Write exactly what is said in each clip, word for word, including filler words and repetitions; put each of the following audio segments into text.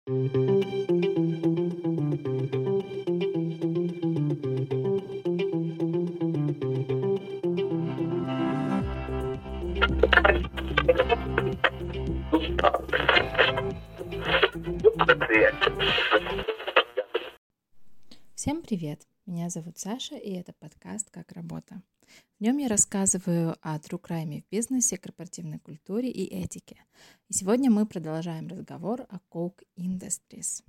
Всем привет! Меня зовут Саша, и это подкаст «Как работа». В нем я рассказываю о true crime в бизнесе, корпоративной культуре и этике. И сегодня мы продолжаем разговор о Coke Industries.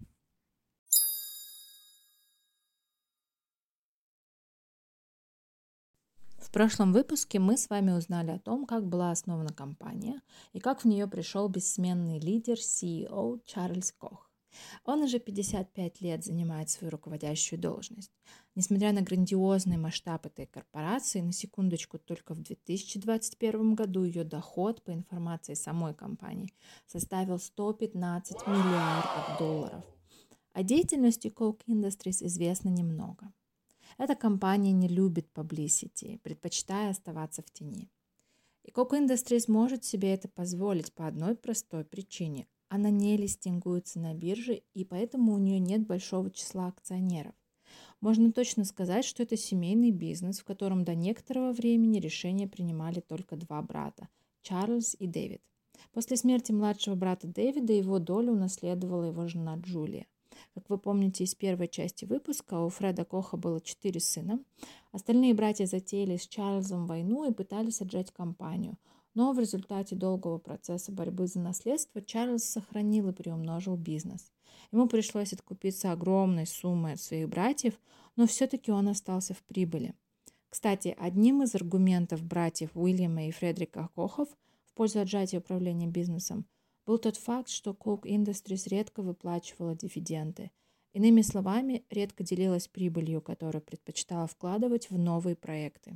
В прошлом выпуске мы с вами узнали о том, как была основана компания и как в нее пришел бессменный лидер си и о Чарльз Кох. Он уже пятьдесят пять лет занимает свою руководящую должность. Несмотря на грандиозный масштаб этой корпорации, на секундочку, только в две тысячи двадцать первом году ее доход, по информации самой компании, составил сто пятнадцать миллиардов долларов. О деятельности Coke Industries известно немного. Эта компания не любит publicity, предпочитая оставаться в тени. И Coke Industries может себе это позволить по одной простой причине. Она не листингуется на бирже, и поэтому у нее нет большого числа акционеров. Можно точно сказать, что это семейный бизнес, в котором до некоторого времени решения принимали только два брата – Чарльз и Дэвид. После смерти младшего брата Дэвида его долю унаследовала его жена Джулия. Как вы помните из первой части выпуска, у Фреда Коха было четыре сына. Остальные братья затеяли с Чарльзом войну и пытались отжать компанию. Но в результате долгого процесса борьбы за наследство Чарльз сохранил и приумножил бизнес. Ему пришлось откупиться огромной суммой от своих братьев, но все-таки он остался в прибыли. Кстати, одним из аргументов братьев Уильяма и Фредерика Кохов в пользу отжатия управления бизнесом был тот факт, что Coke Industries редко выплачивала дивиденды. Иными словами, редко делилась прибылью, которую предпочитала вкладывать в новые проекты.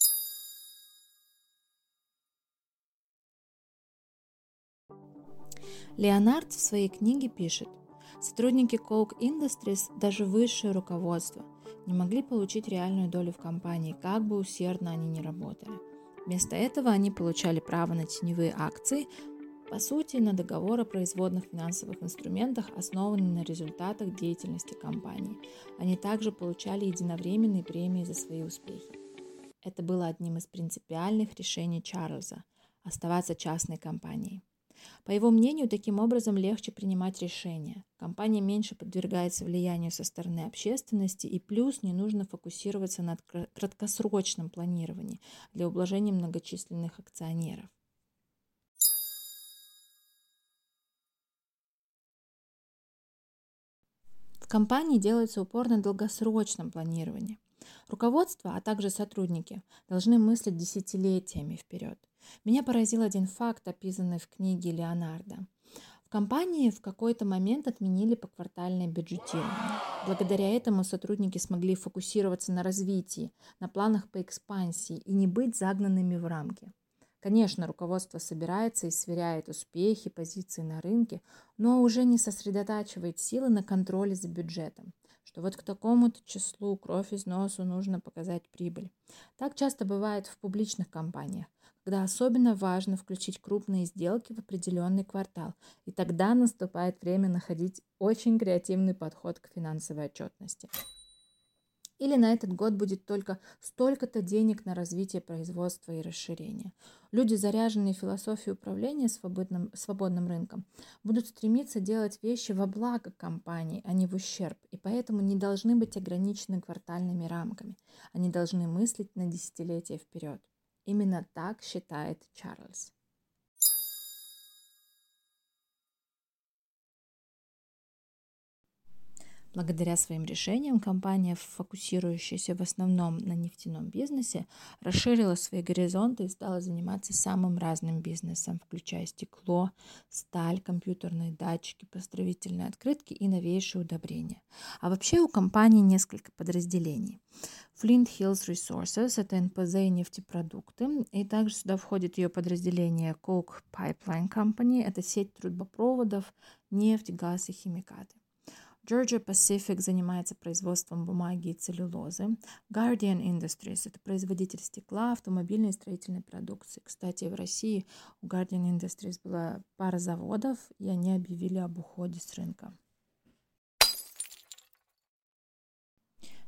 Леонард в своей книге пишет: сотрудники Coke Industries, даже высшее руководство, не могли получить реальную долю в компании, как бы усердно они ни работали. Вместо этого они получали право на теневые акции, по сути, на договор о производных финансовых инструментах, основанный на результатах деятельности компании. Они также получали единовременные премии за свои успехи. Это было одним из принципиальных решений Чарльза – оставаться частной компанией. По его мнению, таким образом легче принимать решения. Компания меньше подвергается влиянию со стороны общественности, и плюс не нужно фокусироваться на краткосрочном планировании для ублажения многочисленных акционеров. В компании делается упор на долгосрочном планировании. Руководство, а также сотрудники должны мыслить десятилетиями вперед. Меня поразил один факт, описанный в книге Леонарда. В компании в какой-то момент отменили поквартальное бюджетирование. Благодаря этому сотрудники смогли фокусироваться на развитии, на планах по экспансии и не быть загнанными в рамки. Конечно, руководство собирается и сверяет успехи, позиции на рынке, но уже не сосредотачивает силы на контроле за бюджетом, что вот к такому-то числу кровь из носу нужно показать прибыль. Так часто бывает в публичных компаниях, когда особенно важно включить крупные сделки в определенный квартал, и тогда наступает время находить очень креативный подход к финансовой отчетности. Или на этот год будет только столько-то денег на развитие производства и расширение. Люди, заряженные философией управления свободным, свободным рынком, будут стремиться делать вещи во благо компании, а не в ущерб, и поэтому не должны быть ограничены квартальными рамками. Они должны мыслить на десятилетия вперед. Именно так считает Чарльз. Благодаря своим решениям компания, фокусирующаяся в основном на нефтяном бизнесе, расширила свои горизонты и стала заниматься самым разным бизнесом, включая стекло, сталь, компьютерные датчики, поздравительные открытки и новейшие удобрения. А вообще у компании несколько подразделений. Flint Hills Resources – это эн пэ зэ и нефтепродукты, и также сюда входит ее подразделение Coke Pipeline Company – это сеть трубопроводов, нефть, газ и химикаты. Georgia Pacific занимается производством бумаги и целлюлозы. Guardian Industries – это производитель стекла, автомобильной и строительной продукции. Кстати, в России у Guardian Industries была пара заводов, и они объявили об уходе с рынка.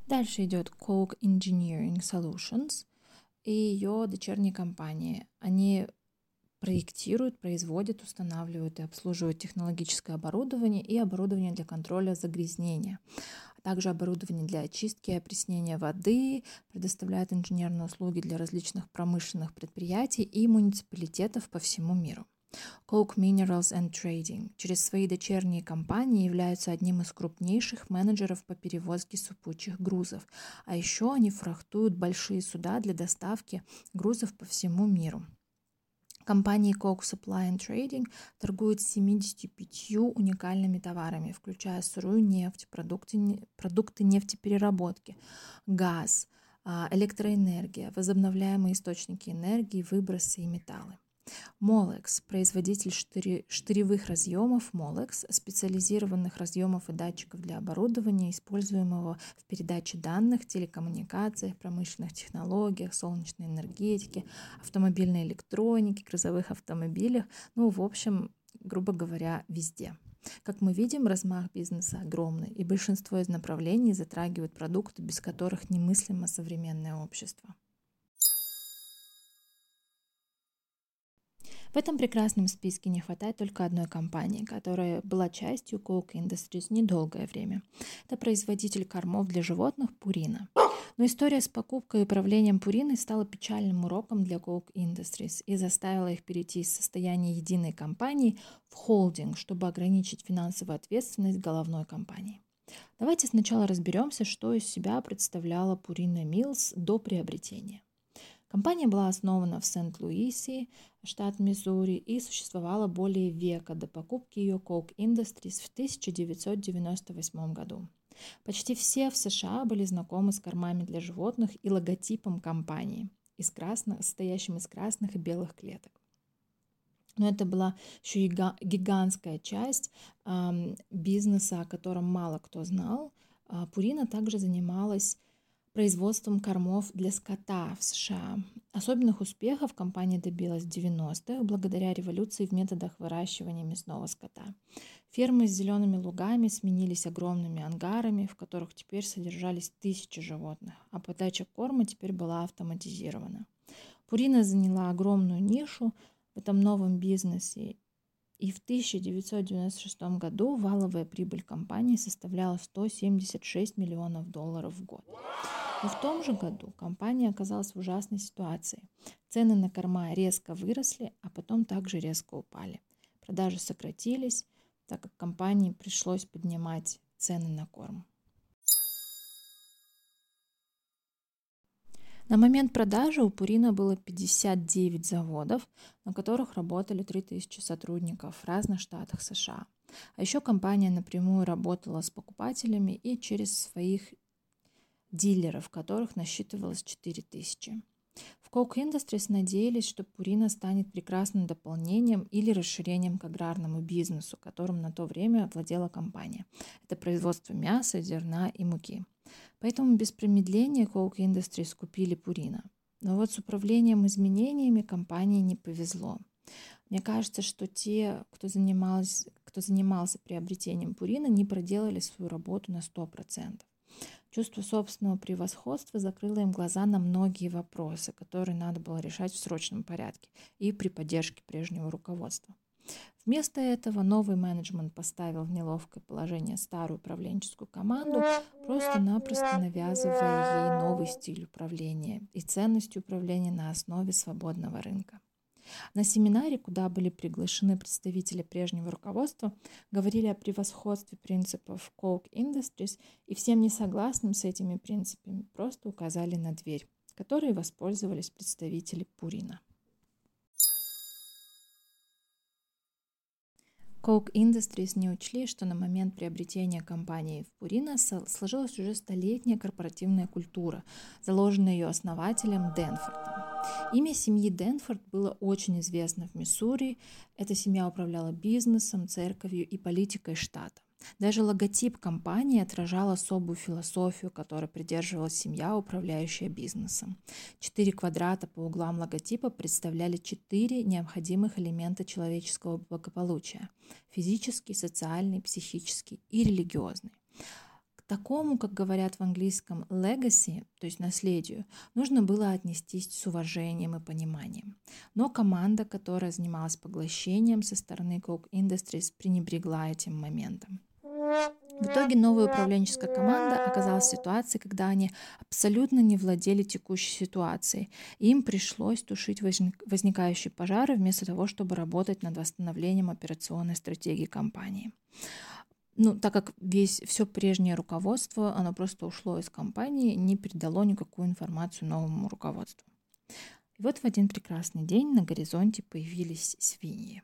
Дальше идет Coke Engineering Solutions и ее дочерние компании. Они проектируют, производят, устанавливают и обслуживают технологическое оборудование и оборудование для контроля загрязнения, а также оборудование для очистки и опреснения воды, предоставляют инженерные услуги для различных промышленных предприятий и муниципалитетов по всему миру. Coke Minerals and Trading через свои дочерние компании являются одним из крупнейших менеджеров по перевозке сыпучих грузов, а еще они фрахтуют большие суда для доставки грузов по всему миру. Компания Coke Supply and Trading торгует семьюдесятью пятью уникальными товарами, включая сырую нефть, продукты, продукты нефтепереработки, газ, электроэнергия, возобновляемые источники энергии, выбросы и металлы. Molex – производитель штыри, штыревых разъемов Molex, специализированных разъемов и датчиков для оборудования, используемого в передаче данных, телекоммуникациях, промышленных технологиях, солнечной энергетике, автомобильной электронике, грузовых автомобилях, ну, в общем, грубо говоря, везде. Как мы видим, размах бизнеса огромный, и большинство из направлений затрагивают продукты, без которых немыслимо современное общество. В этом прекрасном списке не хватает только одной компании, которая была частью Coke Industries недолгое время. Это производитель кормов для животных Purina. Но история с покупкой и управлением Purina стала печальным уроком для Coke Industries и заставила их перейти из состояния единой компании в холдинг, чтобы ограничить финансовую ответственность головной компании. Давайте сначала разберемся, что из себя представляла Purina Mills до приобретения. Компания была основана в Сент-Луисе, штат Миссури, и существовала более века до покупки ее Coke Industries в тысяча девятьсот девяносто восьмом году. Почти все в США были знакомы с кормами для животных и логотипом компании, из красных, состоящим из красных и белых клеток. Но это была еще и гигантская часть э, бизнеса, о котором мало кто знал. Purina также занималась производством кормов для скота в США. Особенных успехов компания добилась в девяностых благодаря революции в методах выращивания мясного скота. Фермы с зелеными лугами сменились огромными ангарами, в которых теперь содержались тысячи животных, а подача корма теперь была автоматизирована. Purina заняла огромную нишу в этом новом бизнесе, и в тысяча девятьсот девяносто шестом году валовая прибыль компании составляла сто семьдесят шесть миллионов долларов в год. Но в том же году компания оказалась в ужасной ситуации. Цены на корма резко выросли, а потом также резко упали. Продажи сократились, так как компании пришлось поднимать цены на корм. На момент продажи у Purina было пятьдесят девять заводов, на которых работали три тысячи сотрудников в разных штатах США. А еще компания напрямую работала с покупателями и через своих дилеров, которых насчитывалось четыре тысячи. В Coke Industries надеялись, что Purina станет прекрасным дополнением или расширением к аграрному бизнесу, которым на то время владела компания. Это производство мяса, зерна и муки. Поэтому без промедления Coke Industries купили Purina. Но вот с управлением изменениями компании не повезло. Мне кажется, что те, кто занимался, кто занимался приобретением Purina, не проделали свою работу на сто процентов. Чувство собственного превосходства закрыло им глаза на многие вопросы, которые надо было решать в срочном порядке и при поддержке прежнего руководства. Вместо этого новый менеджмент поставил в неловкое положение старую управленческую команду, просто-напросто навязывая ей новый стиль управления и ценности управления на основе свободного рынка. На семинаре, куда были приглашены представители прежнего руководства, говорили о превосходстве принципов Coke Industries, и всем несогласным с этими принципами просто указали на дверь, которой воспользовались представители Purina. Coke Industries не учли, что на момент приобретения компании в Purina сложилась уже столетняя корпоративная культура, заложенная ее основателем Денфордом. Имя семьи Денфорд было очень известно в Миссури. Эта семья управляла бизнесом, церковью и политикой штата. Даже логотип компании отражал особую философию, которой придерживалась семья, управляющая бизнесом. Четыре квадрата по углам логотипа представляли четыре необходимых элемента человеческого благополучия – физический, социальный, психический и религиозный. такому, как говорят в английском, legacy, то есть наследию, нужно было отнестись с уважением и пониманием. Но команда, которая занималась поглощением со стороны Coke Industries, пренебрегла этим моментом. В итоге новая управленческая команда оказалась в ситуации, когда они абсолютно не владели текущей ситуацией. И им пришлось тушить возник- возникающие пожары вместо того, чтобы работать над восстановлением операционной стратегии компании. Ну, так как весь, все прежнее руководство, оно просто ушло из компании, не передало никакую информацию новому руководству. И вот в один прекрасный день на горизонте появились свиньи.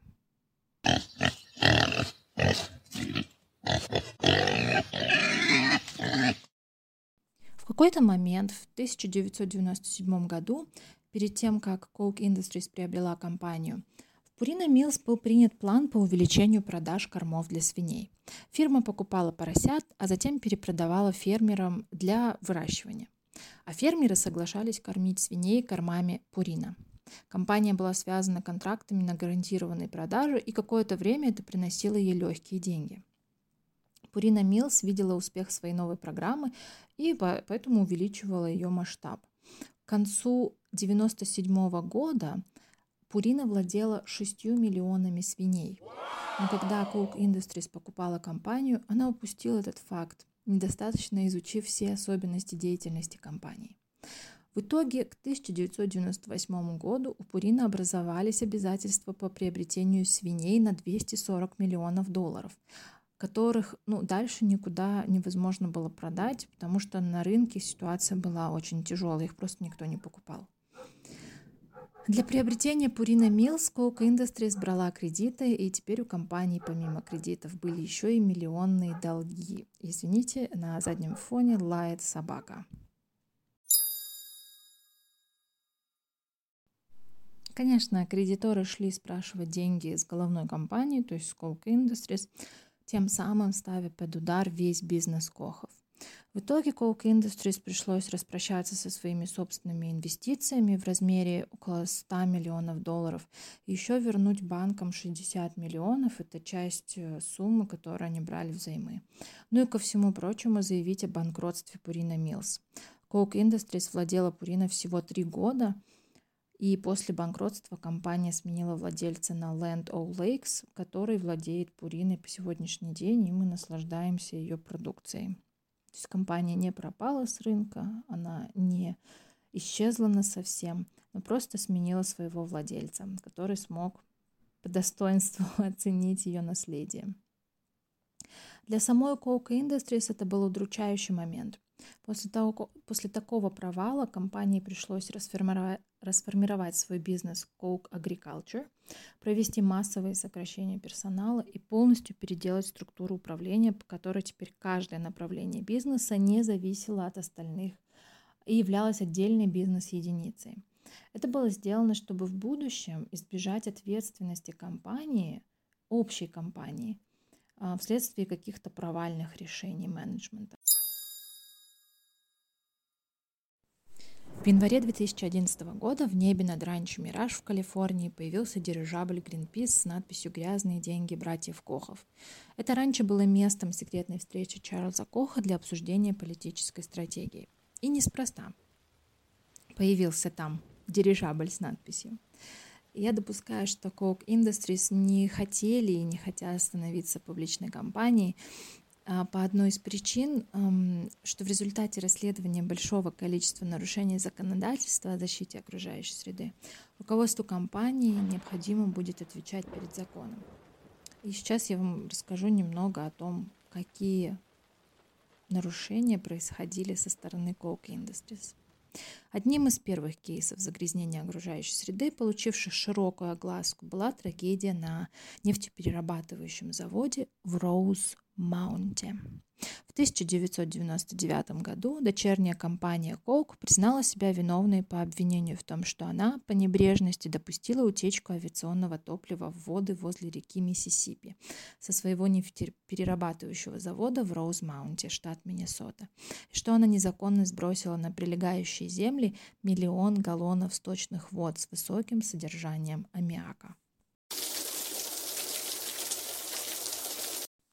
В какой-то момент в тысяча девятьсот девяносто седьмом году, перед тем, как Coke Industries приобрела компанию, в Purina Mills был принят план по увеличению продаж кормов для свиней. Фирма покупала поросят, а затем перепродавала фермерам для выращивания. А фермеры соглашались кормить свиней кормами Purina. Компания была связана контрактами на гарантированные продажи, и какое-то время это приносило ей легкие деньги. Purina Mills видела успех своей новой программы и поэтому увеличивала ее масштаб. К концу девяносто седьмого года Purina владела шестью миллионами свиней. Но когда Coke Industries покупала компанию, она упустила этот факт, недостаточно изучив все особенности деятельности компании. В итоге к тысяча девятьсот девяносто восьмому году у Purina образовались обязательства по приобретению свиней на двести сорок миллионов долларов, которых ну, дальше никуда невозможно было продать, потому что на рынке ситуация была очень тяжелая, их просто никто не покупал. Для приобретения Purina Mills Coke Industries брала кредиты, и теперь у компании помимо кредитов были еще и миллионные долги. Извините, на заднем фоне лает собака. Конечно, кредиторы шли спрашивать деньги с головной компании, то есть с Coke Industries, тем самым ставя под удар весь бизнес Кохов. В итоге Coke Industries пришлось распрощаться со своими собственными инвестициями в размере около ста миллионов долларов и еще вернуть банкам шестьдесят миллионов, это часть суммы, которую они брали взаймы. Ну и ко всему прочему заявить о банкротстве Purina Mills. Coke Industries владела Purina всего три года, и после банкротства компания сменила владельца на Land O'Lakes, который владеет Purina по сегодняшний день, и мы наслаждаемся ее продукцией. То есть компания не пропала с рынка, она не исчезла насовсем, но просто сменила своего владельца, который смог по достоинству оценить ее наследие. Для самой Coke Industries это был удручающий момент. После, того, после такого провала компании пришлось расформировать, расформировать свой бизнес Coke Agriculture, провести массовые сокращения персонала и полностью переделать структуру управления, по которой теперь каждое направление бизнеса не зависело от остальных и являлось отдельной бизнес-единицей. Это было сделано, чтобы в будущем избежать ответственности компании, общей компании, вследствие каких-то провальных решений менеджмента. В январе две тысячи одиннадцатого года в небе над ранчо «Мираж» в Калифорнии появился дирижабль Greenpeace с надписью «Грязные деньги братьев Кохов». Это ранчо было местом секретной встречи Чарльза Коха для обсуждения политической стратегии. И неспроста появился там дирижабль с надписью. Я допускаю, что Coke Industries не хотели и не хотят становиться публичной компанией по одной из причин, что в результате расследования большого количества нарушений законодательства о защите окружающей среды руководству компании необходимо будет отвечать перед законом. И сейчас я вам расскажу немного о том, какие нарушения происходили со стороны Coke Industries. Одним из первых кейсов загрязнения окружающей среды, получивших широкую огласку, была трагедия на нефтеперерабатывающем заводе в Роуз-Маунте. В тысяча девятьсот девяносто девятом году дочерняя компания Coke признала себя виновной по обвинению в том, что она по небрежности допустила утечку авиационного топлива в воды возле реки Миссисипи со своего нефтеперерабатывающего завода в Роуз-Маунте, штат Миннесота, и что она незаконно сбросила на прилегающие земли миллион галлонов сточных вод с высоким содержанием аммиака.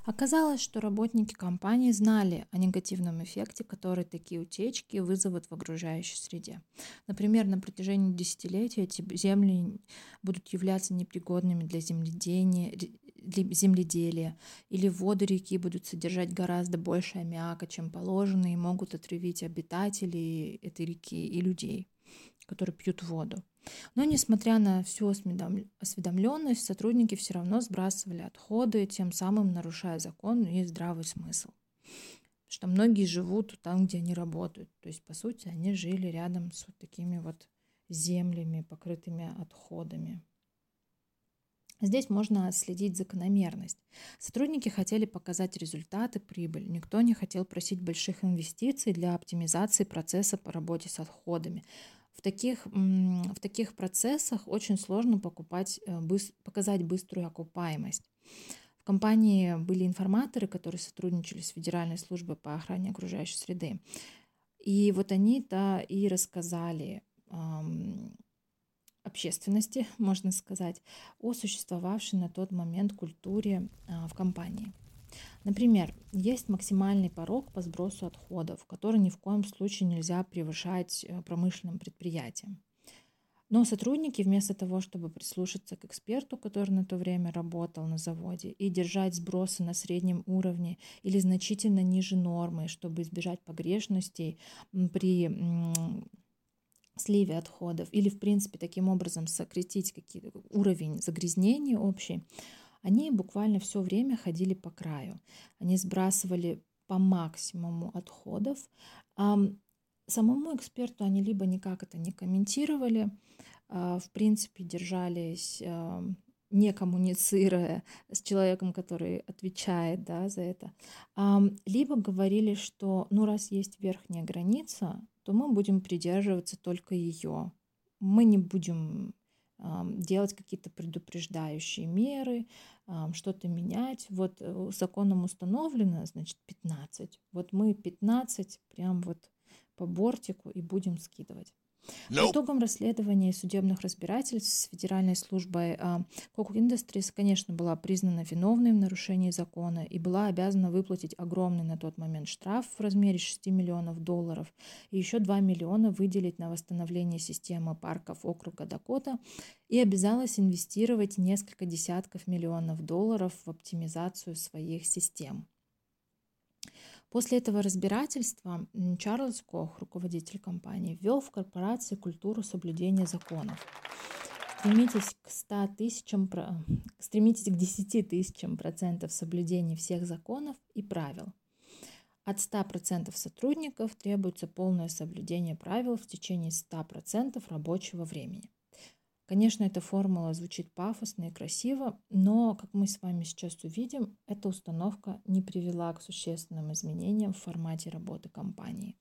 Оказалось, что работники компании знали о негативном эффекте, который такие утечки вызовут в окружающей среде. Например, на протяжении десятилетий эти земли будут являться непригодными для земледения, для земледелия, или воды реки будут содержать гораздо больше аммиака, чем положено, и могут отравить обитателей этой реки и людей, которые пьют воду. Но, несмотря на всю осведомленность, сотрудники все равно сбрасывали отходы, тем самым нарушая закон и здравый смысл. Потому что многие живут там, где они работают. То есть, по сути, они жили рядом с вот такими вот землями, покрытыми отходами. Здесь можно следить закономерность. Сотрудники хотели показать результаты, прибыль. Никто не хотел просить больших инвестиций для оптимизации процесса по работе с отходами. В таких, в таких процессах очень сложно покупать, показать быструю окупаемость. В компании были информаторы, которые сотрудничали с Федеральной службой по охране окружающей среды. И вот они-то и рассказали эм, общественности, можно сказать, о существовавшей на тот момент культуре э, в компании. Например, есть максимальный порог по сбросу отходов, который ни в коем случае нельзя превышать промышленным предприятиям. Но сотрудники вместо того, чтобы прислушаться к эксперту, который на то время работал на заводе, и держать сбросы на среднем уровне или значительно ниже нормы, чтобы избежать погрешностей при сливе отходов, или в принципе таким образом сократить какие-то уровень загрязнений общий, они буквально все время ходили по краю. Они сбрасывали по максимуму отходов. А самому эксперту они либо никак это не комментировали, в принципе держались, не коммуницируя с человеком, который отвечает, да, за это, либо говорили, что ну раз есть верхняя граница, то мы будем придерживаться только ее. Мы не будем делать какие-то предупреждающие меры, что-то менять. Вот законом установлено, значит, пятнадцать. Вот мы пятнадцать прям вот по бортику и будем скидывать. По Nope. итогам расследования и судебных разбирательств с Федеральной службой Koch Industries, конечно, была признана виновной в нарушении закона и была обязана выплатить огромный на тот момент штраф в размере шести миллионов долларов и еще два миллиона выделить на восстановление системы парков округа Дакота и обязалась инвестировать несколько десятков миллионов долларов в оптимизацию своих систем. После этого разбирательства Чарльз Кох, руководитель компании, ввел в корпорации культуру соблюдения законов. Стремитесь к ста тысячам, стремитесь к десяти тысячам процентов соблюдения всех законов и правил. От ста процентов сотрудников требуется полное соблюдение правил в течение ста процентов рабочего времени. Конечно, эта формула звучит пафосно и красиво, но, как мы с вами сейчас увидим, эта установка не привела к существенным изменениям в формате работы компании.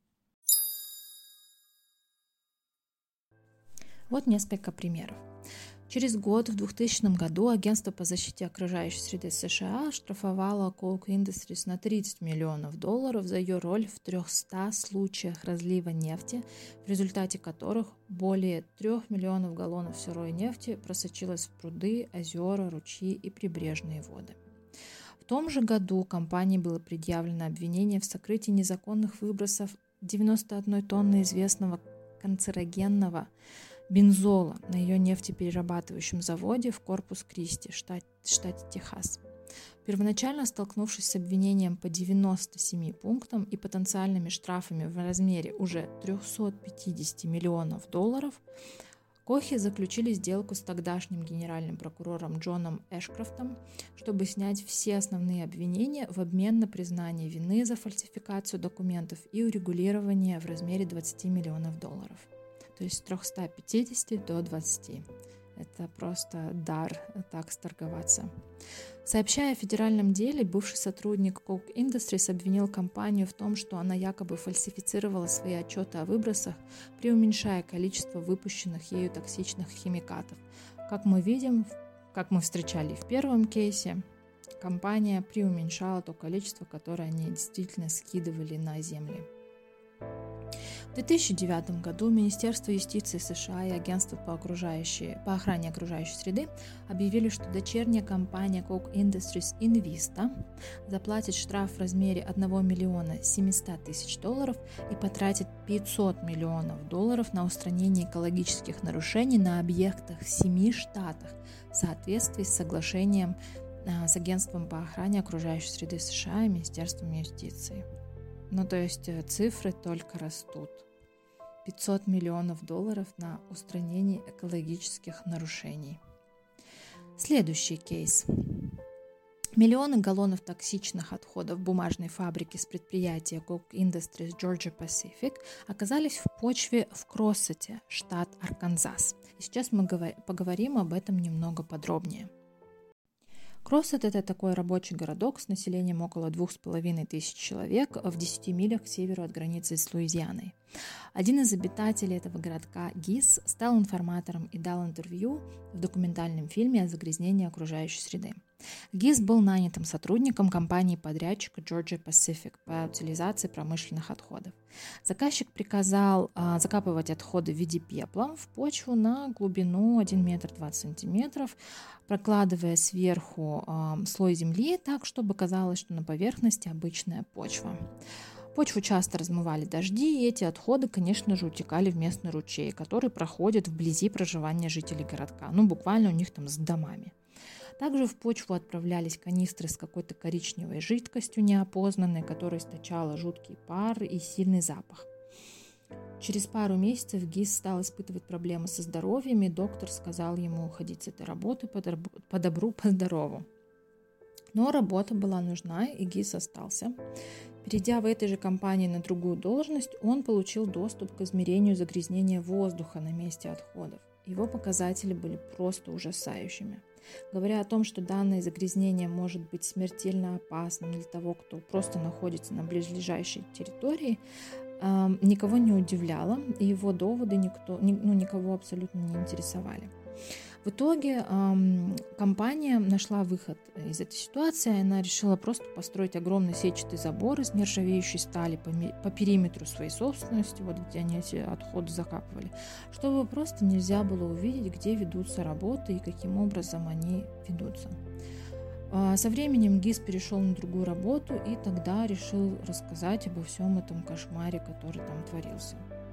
Вот несколько примеров. Через год, в двухтысячном году, Агентство по защите окружающей среды США штрафовало Koch Industries на тридцать миллионов долларов за ее роль в трехстах случаях разлива нефти, в результате которых более трех миллионов галлонов сырой нефти просочилось в пруды, озера, ручьи и прибрежные воды. В том же году компании было предъявлено обвинение в сокрытии незаконных выбросов девяносто одной тонны известного канцерогенного бензола на ее нефтеперерабатывающем заводе в Корпус-Кристи, штат, штате Техас. Первоначально столкнувшись с обвинением по девяноста семи пунктам и потенциальными штрафами в размере уже триста пятьдесят миллионов долларов, Кохи заключили сделку с тогдашним генеральным прокурором Джоном Эшкрофтом, чтобы снять все основные обвинения в обмен на признание вины за фальсификацию документов и урегулирование в размере двадцати миллионов долларов. То есть с трёхсот пятидесяти до двадцати. Это просто дар так сторговаться. Сообщая о федеральном деле, бывший сотрудник Koch Industries обвинил компанию в том, что она якобы фальсифицировала свои отчеты о выбросах, преуменьшая количество выпущенных ею токсичных химикатов. Как мы видим, как мы встречали в первом кейсе, компания преуменьшала то количество, которое они действительно скидывали на земли. В две тысячи девятом году Министерство юстиции США и Агентство по, окружающей, по охране окружающей среды объявили, что дочерняя компания Koch Industries Invista заплатит штраф в размере одного миллиона семисот тысяч долларов и потратит пятьсот миллионов долларов на устранение экологических нарушений на объектах в семи штатах в соответствии с соглашением с Агентством по охране окружающей среды США и Министерством юстиции. Ну, то есть цифры только растут. пятьсот миллионов долларов на устранение экологических нарушений. Следующий кейс. Миллионы галлонов токсичных отходов бумажной фабрики с предприятия Koch Industries Georgia Pacific оказались в почве в Кроссете, штат Арканзас. И сейчас мы поговорим об этом немного подробнее. Кроссет – это такой рабочий городок с населением около двух с половиной тысяч человек в десяти милях к северу от границы с Луизианой. Один из обитателей этого городка, Гис, стал информатором и дал интервью в документальном фильме о загрязнении окружающей среды. Гис был нанятым сотрудником компании-подрядчика Georgia Pacific по утилизации промышленных отходов. Заказчик приказал а, закапывать отходы в виде пепла в почву на глубину один метр двадцать сантиметров, прокладывая сверху а, слой земли так, чтобы казалось, что на поверхности обычная почва. Почву часто размывали дожди, и эти отходы, конечно же, утекали в местный ручей, который проходит вблизи проживания жителей городка, ну буквально у них там с домами. Также в почву отправлялись канистры с какой-то коричневой жидкостью неопознанной, которая источала жуткий пар и сильный запах. Через пару месяцев Гис стал испытывать проблемы со здоровьем, и доктор сказал ему уходить с этой работы по добру, по здорову. Но работа была нужна, и Гис остался. Перейдя в этой же компании на другую должность, он получил доступ к измерению загрязнения воздуха на месте отходов. Его показатели были просто ужасающими. Говоря о том, что данное загрязнение может быть смертельно опасным для того, кто просто находится на близлежащей территории, никого не удивляло, и его доводы никто, ну, никого абсолютно не интересовали. В итоге эм, компания нашла выход из этой ситуации. Она решила просто построить огромный сетчатый забор из нержавеющей стали по, по периметру своей собственности, вот где они эти отходы закапывали, чтобы просто нельзя было увидеть, где ведутся работы и каким образом они ведутся. Э, со временем Гис перешел на другую работу и тогда решил рассказать обо всем этом кошмаре, который там творился.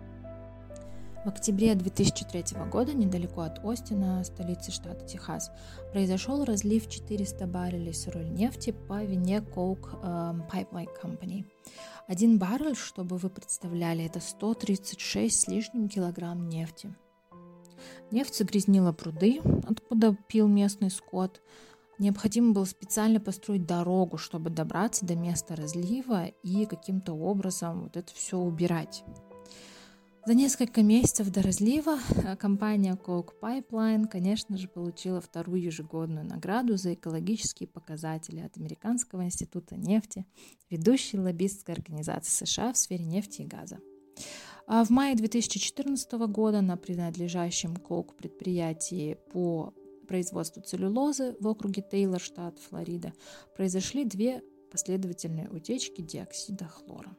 В октябре две тысячи третьего года, недалеко от Остина, столицы штата Техас, произошел разлив четырёхсот баррелей сырой нефти по вине Koch uh, Pipeline Company. Один баррель, чтобы вы представляли, это сто тридцать шесть с лишним килограмм нефти. Нефть загрязнила пруды, откуда пил местный скот. Необходимо было специально построить дорогу, чтобы добраться до места разлива и каким-то образом вот это все убирать. За несколько месяцев до разлива компания Koch Pipeline, конечно же, получила вторую ежегодную награду за экологические показатели от Американского института нефти, ведущей лоббистской организации США в сфере нефти и газа. А в мае две тысячи четырнадцатого года на принадлежащем Koch предприятии по производству целлюлозы в округе Тейлор, штат Флорида, произошли две последовательные утечки диоксида хлора.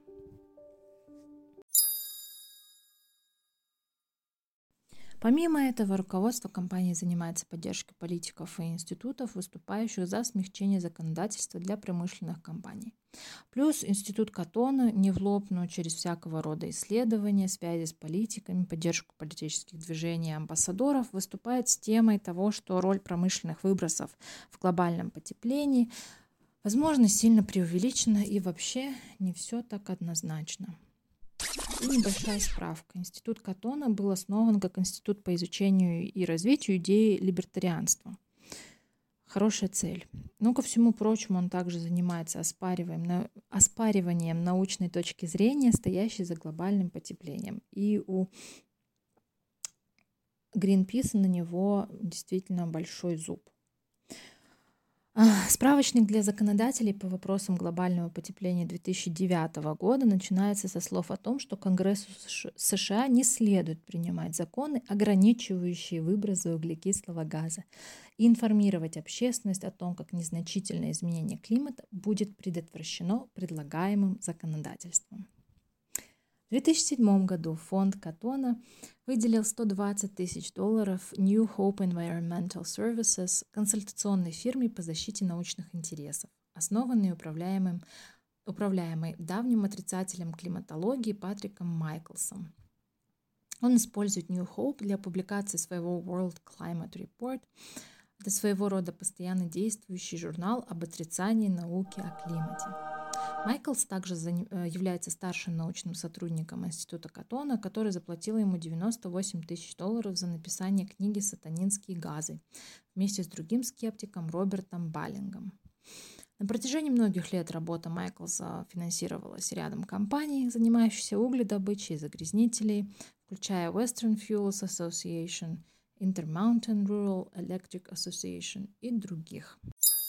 Помимо этого, руководство компании занимается поддержкой политиков и институтов, выступающих за смягчение законодательства для промышленных компаний. Плюс институт Каттона не в лоб, но через всякого рода исследования, связи с политиками, поддержку политических движений и амбассадоров выступает с темой того, что роль промышленных выбросов в глобальном потеплении, возможно, сильно преувеличена и вообще не все так однозначно. И небольшая справка. Институт Каттона был основан как институт по изучению и развитию идеи либертарианства. Хорошая цель. Но, ко всему прочему, он также занимается оспариванием, оспариванием научной точки зрения, стоящей за глобальным потеплением. И у Гринписа на него действительно большой зуб. Справочник для законодателей по вопросам глобального потепления две тысячи девятого года начинается со слов о том, что Конгрессу США не следует принимать законы, ограничивающие выбросы углекислого газа, и информировать общественность о том, как незначительное изменение климата будет предотвращено предлагаемым законодательством. В две тысячи седьмом году фонд Каттона выделил сто двадцать тысяч долларов New Hope Environmental Services, консультационной фирме по защите научных интересов, основанной и управляемым, управляемой давним отрицателем климатологии Патриком Майклсом. Он использует New Hope для публикации своего World Climate Report. Это своего рода постоянно действующий журнал об отрицании науки о климате. Майклс также является старшим научным сотрудником Института Каттона, который заплатил ему девяносто восемь тысяч долларов за написание книги «Сатанинские газы» вместе с другим скептиком Робертом Баллингом. На протяжении многих лет работа Майклса финансировалась рядом компаний, занимающихся угледобычей и загрязнителей, включая Western Fuels Association, Intermountain Rural Electric Association и других.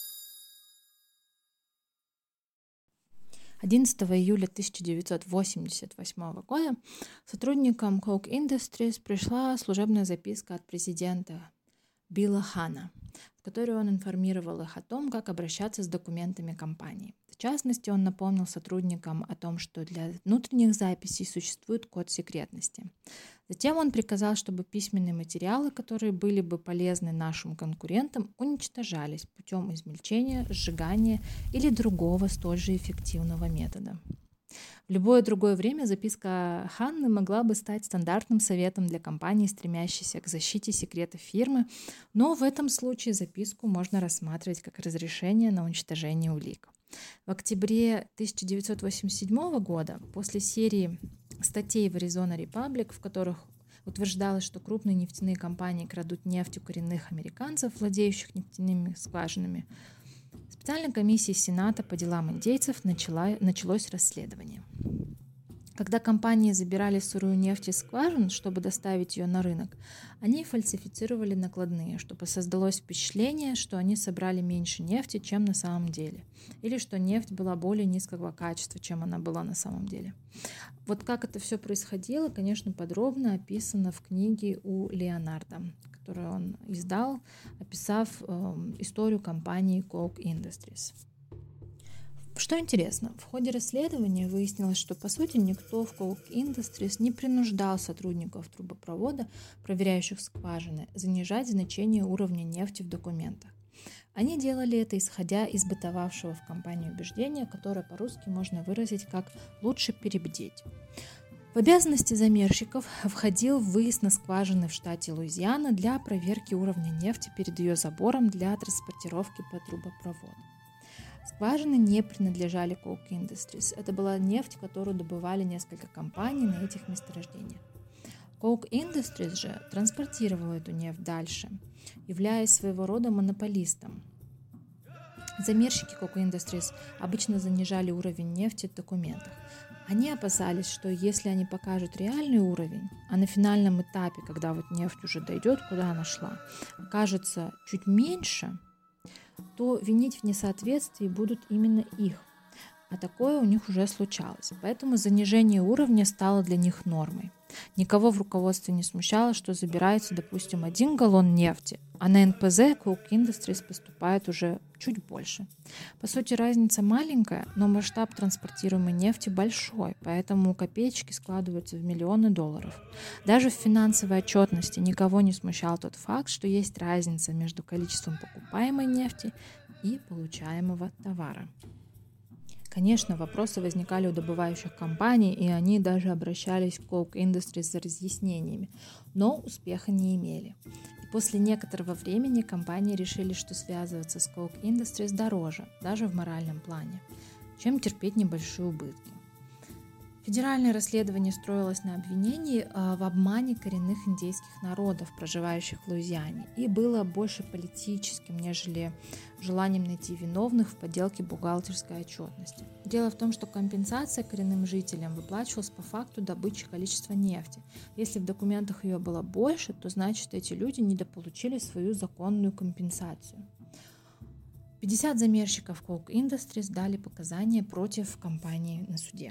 одиннадцатого июля тысяча девятьсот восемьдесят восьмого года сотрудникам Koch Industries пришла служебная записка от президента Билла Хана, в которой он информировал их о том, как обращаться с документами компании. В частности, он напомнил сотрудникам о том, что для внутренних записей существует код секретности. Затем он приказал, чтобы письменные материалы, которые были бы полезны нашим конкурентам, уничтожались путем измельчения, сжигания или другого столь же эффективного метода. В любое другое время записка Ханны могла бы стать стандартным советом для компании, стремящейся к защите секретов фирмы, но в этом случае записку можно рассматривать как разрешение на уничтожение улик. В октябре тысяча девятьсот восемьдесят седьмого года, после серии статей в Arizona Republic, в которых утверждалось, что крупные нефтяные компании крадут нефть у коренных американцев, владеющих нефтяными скважинами, специальной комиссии Сената по делам индейцев начала, началось расследование. Когда компании забирали сырую нефть из скважин, чтобы доставить ее на рынок, они фальсифицировали накладные, чтобы создалось впечатление, что они собрали меньше нефти, чем на самом деле, или что нефть была более низкого качества, чем она была на самом деле. Вот как это все происходило, конечно, подробно описано в книге у Леонардо, которую он издал, описав э, историю компании Koch Industries. Что интересно, в ходе расследования выяснилось, что по сути никто в Koch Industries не принуждал сотрудников трубопровода, проверяющих скважины, занижать значение уровня нефти в документах. Они делали это, исходя из бытовавшего в компании убеждения, которое по-русски можно выразить как «лучше перебдеть». В обязанности замерщиков входил выезд на скважины в штате Луизиана для проверки уровня нефти перед ее забором для транспортировки по трубопроводу. Скважины не принадлежали Koch Industries. Это была нефть, которую добывали несколько компаний на этих месторождениях. Koch Industries же транспортировала эту нефть дальше, являясь своего рода монополистом. Замерщики Koch Industries обычно занижали уровень нефти в документах. Они опасались, что если они покажут реальный уровень, а на финальном этапе, когда вот нефть уже дойдет, куда она шла, окажется чуть меньше, то винить в несоответствии будут именно их. А такое у них уже случалось. Поэтому занижение уровня стало для них нормой. Никого в руководстве не смущало, что забирается, допустим, один галлон нефти, а на эн пэ зэ Koch Industries поступает уже чуть больше. По сути, разница маленькая, но масштаб транспортируемой нефти большой, поэтому копеечки складываются в миллионы долларов. Даже в финансовой отчетности никого не смущал тот факт, что есть разница между количеством покупаемой нефти и получаемого товара. Конечно, вопросы возникали у добывающих компаний, и они даже обращались к Koch Industries за разъяснениями, но успеха не имели. И после некоторого времени компании решили, что связываться с Koch Industries дороже, даже в моральном плане, чем терпеть небольшие убытки. Федеральное расследование строилось на обвинении в обмане коренных индейских народов, проживающих в Луизиане, и было больше политическим, нежели желанием найти виновных в подделке бухгалтерской отчетности. Дело в том, что компенсация коренным жителям выплачивалась по факту добычи количества нефти. Если в документах ее было больше, то значит эти люди недополучили свою законную компенсацию. пятьдесят замерщиков Koch Industries дали показания против компании на суде.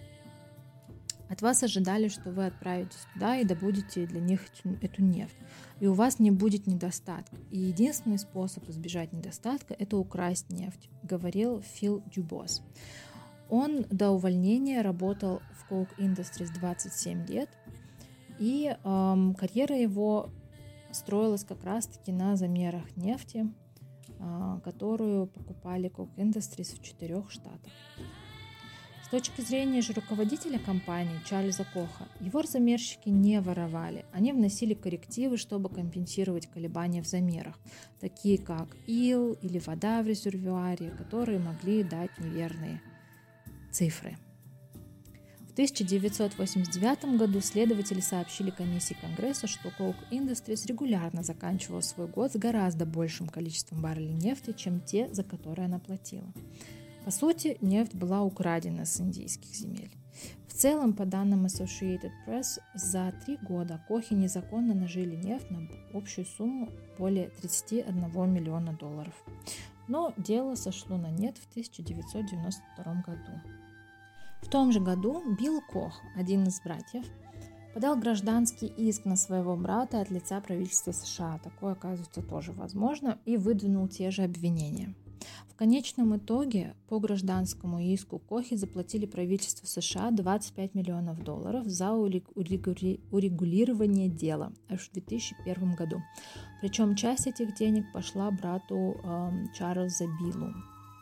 От вас ожидали, что вы отправитесь туда и добудете для них эту нефть, и у вас не будет недостатка. И единственный способ избежать недостатка – это украсть нефть, говорил Фил Дюбос. Он до увольнения работал в Koch Industries двадцать семь лет, и эм, карьера его строилась как раз-таки на замерах нефти, э, которую покупали Koch Industries в четырех штатах. С точки зрения же руководителя компании Чарльза Коха, его замерщики не воровали, они вносили коррективы, чтобы компенсировать колебания в замерах, такие как ил или вода в резервуаре, которые могли дать неверные цифры. В тысяча девятьсот восемьдесят девятом году следователи сообщили комиссии Конгресса, что Koch Industries регулярно заканчивала свой год с гораздо большим количеством баррелей нефти, чем те, за которые она платила. По сути, нефть была украдена с индийских земель. В целом, по данным Associated Press, за три года Кохи незаконно нажили нефть на общую сумму более тридцать один миллиона долларов. Но дело сошло на нет в тысяча девятьсот девяносто втором году. В том же году Билл Кох, один из братьев, подал гражданский иск на своего брата от лица правительства США. Такое, оказывается, тоже возможно, и выдвинул те же обвинения. В конечном итоге по гражданскому иску Кохи заплатили правительству США двадцать пять миллионов долларов за урегулирование дела аж в две тысячи первом году. Причем часть этих денег пошла брату э, Чарльза Биллу.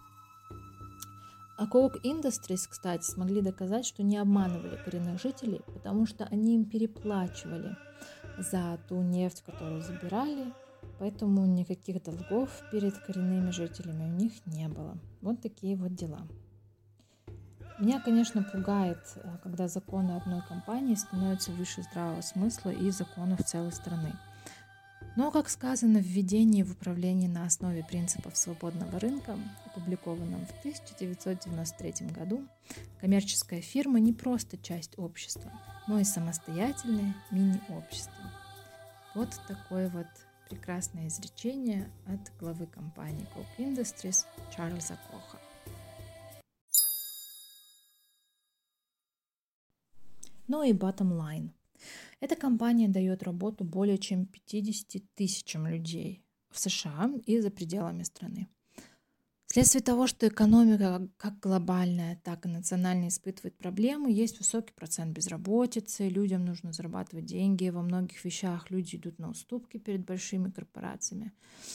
А Koch Industries, кстати, смогли доказать, что не обманывали коренных жителей, потому что они им переплачивали за ту нефть, которую забирали, поэтому никаких долгов перед коренными жителями у них не было. Вот такие вот дела. Меня, конечно, пугает, когда законы одной компании становятся выше здравого смысла и законов целой страны. Но, как сказано в введении в управление на основе принципов свободного рынка, опубликованном в тысяча девятьсот девяносто третьем году, коммерческая фирма не просто часть общества, но и самостоятельное мини-общество. Вот такое вот прекрасное изречение от главы компании Koch Industries Чарльза Коха. Ну и bottom line. Эта компания дает работу более чем пятидесяти тысячам людей в США и за пределами страны. Вследствие того, что экономика как глобальная, так и национальная испытывает проблемы, есть высокий процент безработицы, людям нужно зарабатывать деньги, во многих вещах люди идут на уступки перед большими корпорациями.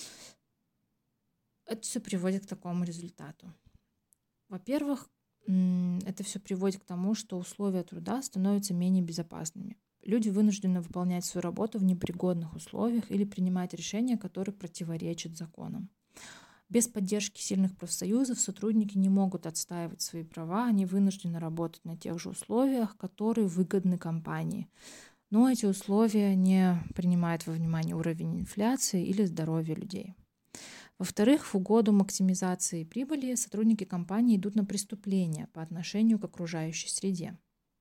Это все приводит к такому результату. Во-первых, это все приводит к тому, что условия труда становятся менее безопасными. Люди вынуждены выполнять свою работу в непригодных условиях или принимать решения, которые противоречат законам. Без поддержки сильных профсоюзов сотрудники не могут отстаивать свои права, они вынуждены работать на тех же условиях, которые выгодны компании. Но эти условия не принимают во внимание уровень инфляции или здоровья людей. Во-вторых, в угоду максимизации прибыли сотрудники компании идут на преступления по отношению к окружающей среде.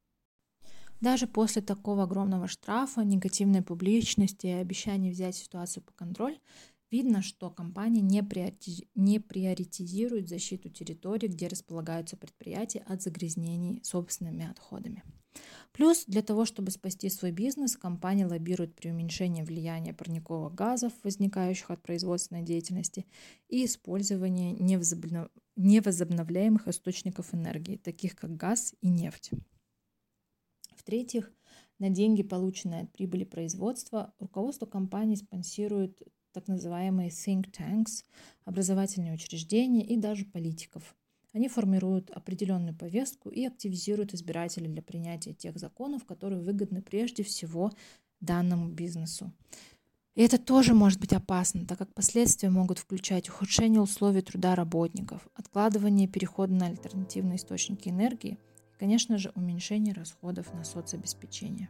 Даже после такого огромного штрафа, негативной публичности и обещания взять ситуацию под контроль, видно, что компания не приоритизирует защиту территорий, где располагаются предприятия, от загрязнений собственными отходами. Плюс для того, чтобы спасти свой бизнес, компания лоббирует преуменьшение влияния парниковых газов, возникающих от производственной деятельности, и использование невозобновляемых источников энергии, таких как газ и нефть. В-третьих, на деньги, полученные от прибыли производства, руководство компании спонсирует так называемые think tanks, образовательные учреждения и даже политиков. Они формируют определенную повестку и активизируют избирателей для принятия тех законов, которые выгодны прежде всего данному бизнесу. И это тоже может быть опасно, так как последствия могут включать ухудшение условий труда работников, откладывание перехода на альтернативные источники энергии и, конечно же, уменьшение расходов на соцобеспечение.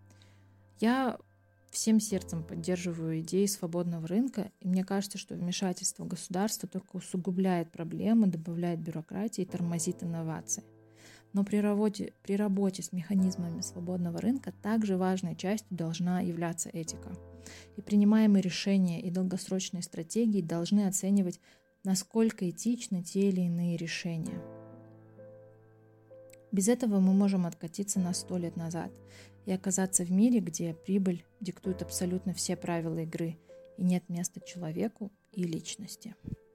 Я всем сердцем поддерживаю идеи свободного рынка, и мне кажется, что вмешательство государства только усугубляет проблемы, добавляет бюрократии и тормозит инновации. Но при работе, при работе с механизмами свободного рынка также важной частью должна являться этика. И принимаемые решения и долгосрочные стратегии должны оценивать, насколько этичны те или иные решения. Без этого мы можем откатиться на сто лет назад и оказаться в мире, где прибыль диктует абсолютно все правила игры и нет места человеку и личности.